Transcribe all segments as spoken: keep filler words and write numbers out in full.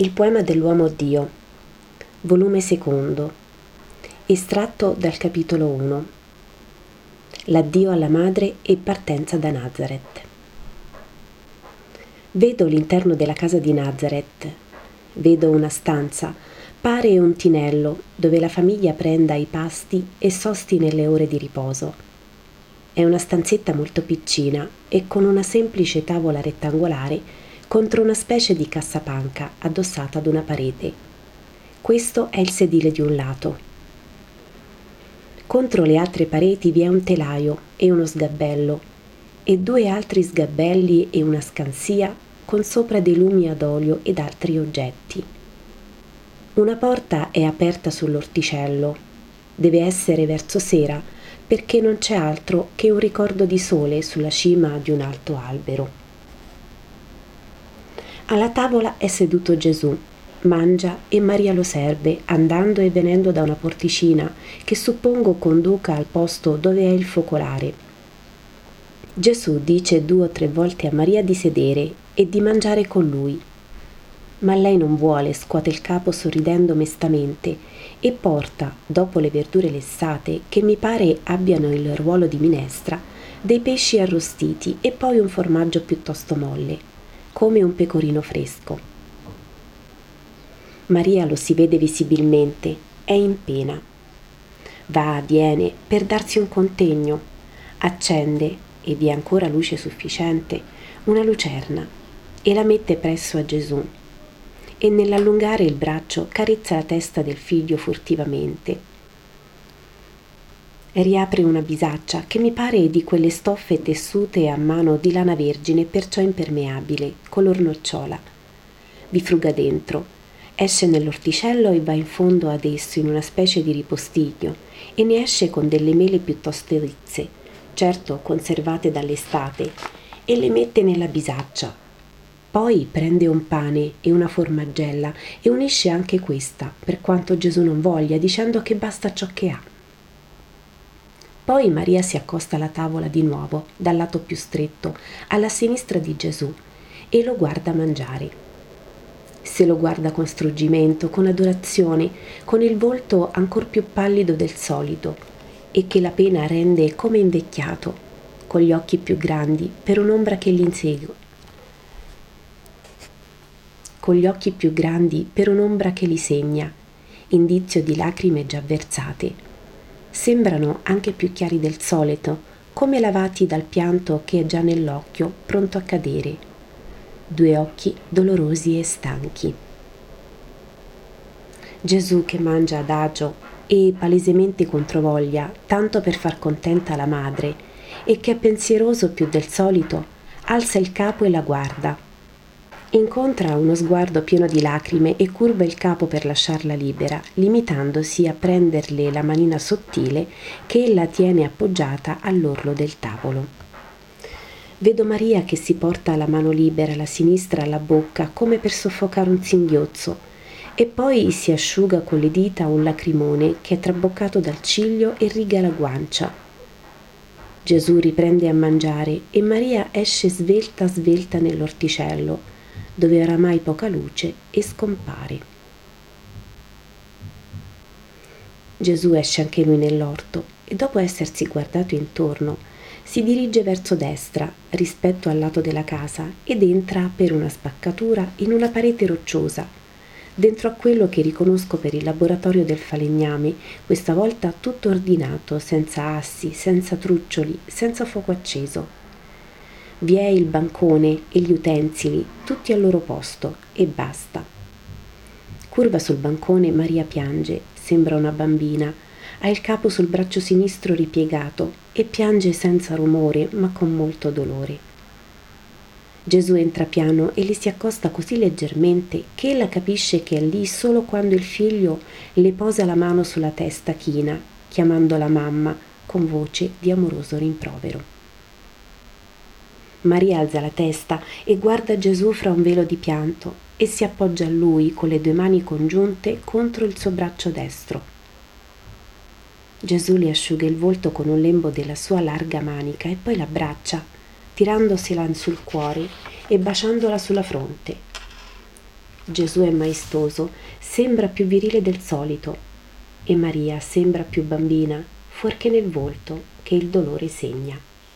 Il poema dell'uomo Dio, volume secondo, estratto dal capitolo uno. L'addio alla madre e partenza da Nazareth. Vedo l'interno della casa di Nazareth, vedo una stanza, pare un tinello dove la famiglia prenda i pasti e sosti nelle ore di riposo. È una stanzetta molto piccina e con una semplice tavola rettangolare contro una specie di cassapanca addossata ad una parete. Questo è il sedile di un lato. Contro le altre pareti vi è un telaio e uno sgabello e due altri sgabelli e una scansia con sopra dei lumi ad olio ed altri oggetti. Una porta è aperta sull'orticello. Deve essere verso sera perché non c'è altro che un ricordo di sole sulla cima di un alto albero. Alla tavola è seduto Gesù, mangia e Maria lo serve, andando e venendo da una porticina che suppongo conduca al posto dove è il focolare. Gesù dice due o tre volte a Maria di sedere e di mangiare con lui, ma lei non vuole, scuote il capo sorridendo mestamente e porta, dopo le verdure lessate, che mi pare abbiano il ruolo di minestra, dei pesci arrostiti e poi un formaggio piuttosto molle, come un pecorino fresco. Maria lo si vede visibilmente, è in pena. Va, viene, per darsi un contegno, accende, e vi è ancora luce sufficiente, una lucerna e la mette presso a Gesù e nell'allungare il braccio carezza la testa del figlio furtivamente. Riapre una bisaccia che mi pare di quelle stoffe tessute a mano di lana vergine, perciò impermeabile, color nocciola. Vi fruga dentro, esce nell'orticello e va in fondo ad esso in una specie di ripostiglio e ne esce con delle mele piuttosto rizze, certo conservate dall'estate, e le mette nella bisaccia. Poi prende un pane e una formaggella e unisce anche questa, per quanto Gesù non voglia, dicendo che basta ciò che ha. Poi Maria si accosta alla tavola di nuovo, dal lato più stretto, alla sinistra di Gesù, e lo guarda mangiare. Se lo guarda con struggimento, con adorazione, con il volto ancor più pallido del solito, e che la pena rende come invecchiato, con gli occhi più grandi per un'ombra che gli insegue, con gli occhi più grandi per un'ombra che li segna, indizio di lacrime già versate. Sembrano anche più chiari del solito, come lavati dal pianto che è già nell'occhio, pronto a cadere. Due occhi dolorosi e stanchi. Gesù che mangia adagio e palesemente controvoglia, tanto per far contenta la madre, e che è pensieroso più del solito, alza il capo e la guarda. Incontra uno sguardo pieno di lacrime e curva il capo per lasciarla libera, limitandosi a prenderle la manina sottile che ella tiene appoggiata all'orlo del tavolo. Vedo Maria che si porta la mano libera, la sinistra alla bocca, come per soffocare un singhiozzo, e poi si asciuga con le dita un lacrimone che è traboccato dal ciglio e riga la guancia. Gesù riprende a mangiare e Maria esce svelta svelta nell'orticello, dove oramai poca luce, e scompare. Gesù esce anche lui nell'orto e dopo essersi guardato intorno si dirige verso destra rispetto al lato della casa ed entra per una spaccatura in una parete rocciosa, dentro a quello che riconosco per il laboratorio del falegname, questa volta tutto ordinato, senza assi, senza truccioli, senza fuoco acceso. Vi è il bancone e gli utensili, tutti al loro posto, e basta. Curva sul bancone Maria piange, sembra una bambina, ha il capo sul braccio sinistro ripiegato e piange senza rumore ma con molto dolore. Gesù entra piano e le si accosta così leggermente che ella capisce che è lì solo quando il figlio le posa la mano sulla testa china, chiamandola mamma con voce di amoroso rimprovero. Maria alza la testa e guarda Gesù fra un velo di pianto e si appoggia a lui con le due mani congiunte contro il suo braccio destro. Gesù le asciuga il volto con un lembo della sua larga manica e poi l'abbraccia, tirandosela sul cuore e baciandola sulla fronte. Gesù è maestoso, sembra più virile del solito, e Maria sembra più bambina, fuorché nel volto che il dolore segna.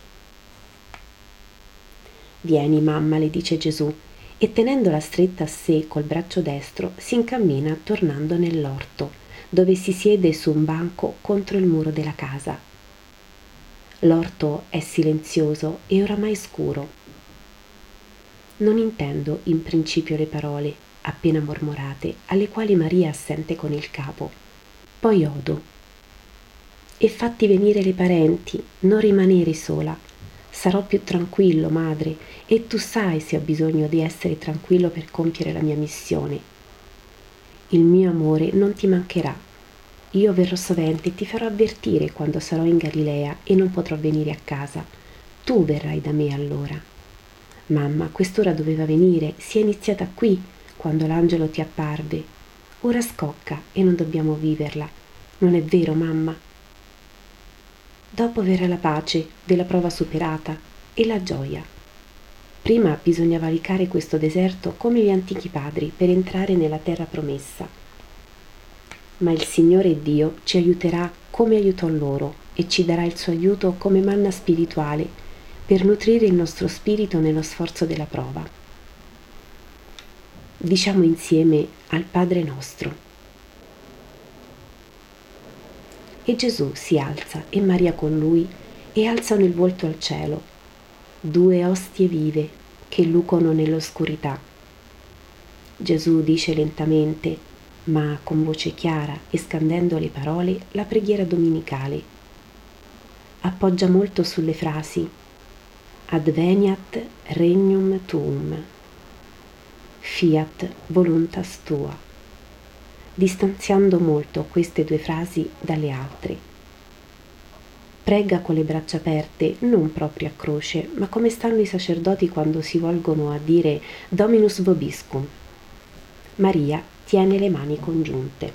Vieni, mamma, le dice Gesù, e tenendola stretta a sé col braccio destro si incammina tornando nell'orto, dove si siede su un banco contro il muro della casa. L'orto è silenzioso e oramai scuro. Non intendo in principio le parole, appena mormorate, alle quali Maria assente con il capo. Poi odo. E fatti venire le parenti, non rimanere sola. Sarò più tranquillo, madre, e tu sai se ho bisogno di essere tranquillo per compiere la mia missione. Il mio amore non ti mancherà. Io verrò sovente e ti farò avvertire quando sarò in Galilea e non potrò venire a casa. Tu verrai da me allora. Mamma, quest'ora doveva venire, si è iniziata qui, quando l'angelo ti apparve. Ora scocca e non dobbiamo viverla. Non è vero, mamma? Dopo verrà la pace della prova superata e la gioia. Prima bisogna valicare questo deserto come gli antichi padri per entrare nella terra promessa. Ma il Signore Dio ci aiuterà come aiutò loro e ci darà il suo aiuto come manna spirituale per nutrire il nostro spirito nello sforzo della prova. Diciamo insieme al Padre nostro. E Gesù si alza e Maria con lui e alzano il volto al cielo, due ostie vive che lucono nell'oscurità. Gesù dice lentamente, ma con voce chiara e scandendo le parole, la preghiera domenicale. Appoggia molto sulle frasi Adveniat regnum tuum, fiat voluntas tua, distanziando molto queste due frasi dalle altre. Prega con le braccia aperte, non proprio a croce, ma come stanno i sacerdoti quando si volgono a dire Dominus vobiscum. Maria tiene le mani congiunte.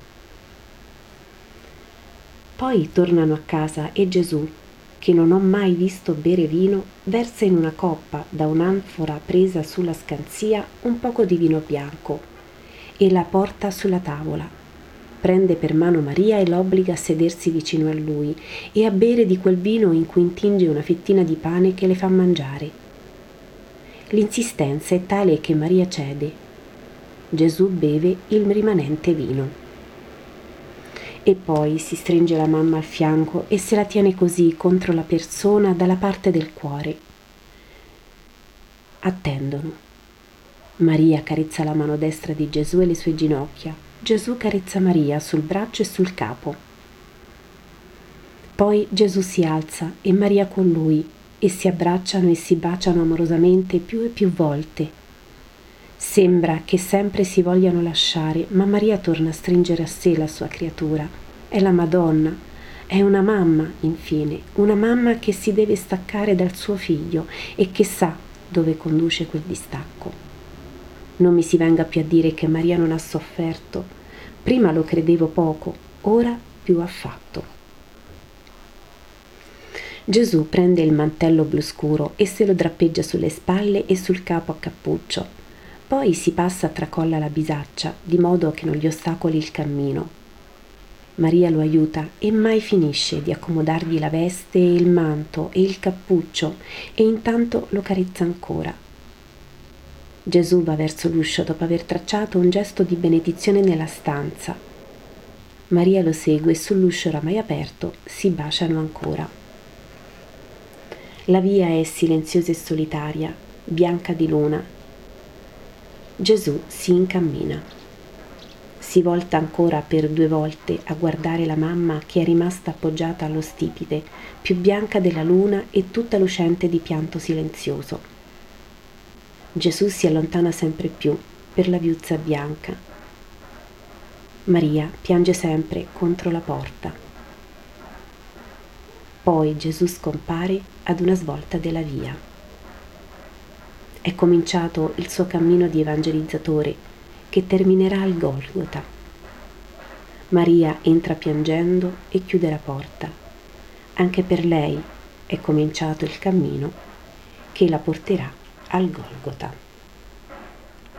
Poi tornano a casa e Gesù, che non ho mai visto bere vino, versa in una coppa da un'anfora presa sulla scanzia un poco di vino bianco e la porta sulla tavola. Prende per mano Maria e l'obbliga a sedersi vicino a lui e a bere di quel vino in cui intinge una fettina di pane che le fa mangiare. L'insistenza è tale che Maria cede. Gesù beve il rimanente vino. E poi si stringe la mamma al fianco e se la tiene così contro la persona dalla parte del cuore. Attendono. Maria accarezza la mano destra di Gesù e le sue ginocchia. Gesù carezza Maria sul braccio e sul capo. Poi Gesù si alza e Maria con lui e si abbracciano e si baciano amorosamente più e più volte. Sembra che sempre si vogliano lasciare, ma Maria torna a stringere a sé la sua creatura. È la Madonna, è una mamma, infine, una mamma che si deve staccare dal suo figlio e che sa dove conduce quel distacco. Non mi si venga più a dire che Maria non ha sofferto. Prima lo credevo poco, ora più affatto. Gesù prende il mantello blu scuro e se lo drappeggia sulle spalle e sul capo a cappuccio. Poi si passa a tracolla la bisaccia, di modo che non gli ostacoli il cammino. Maria lo aiuta e mai finisce di accomodargli la veste e il manto e il cappuccio e intanto lo carezza ancora. Gesù va verso l'uscio dopo aver tracciato un gesto di benedizione nella stanza. Maria lo segue e sull'uscio oramai aperto si baciano ancora. La via è silenziosa e solitaria, bianca di luna. Gesù si incammina. Si volta ancora per due volte a guardare la mamma che è rimasta appoggiata allo stipite, più bianca della luna e tutta lucente di pianto silenzioso. Gesù si allontana sempre più per la viuzza bianca. Maria piange sempre contro la porta. Poi Gesù scompare ad una svolta della via. È cominciato il suo cammino di evangelizzatore che terminerà al Golgota. Maria entra piangendo e chiude la porta. Anche per lei è cominciato il cammino che la porterà al Golgota.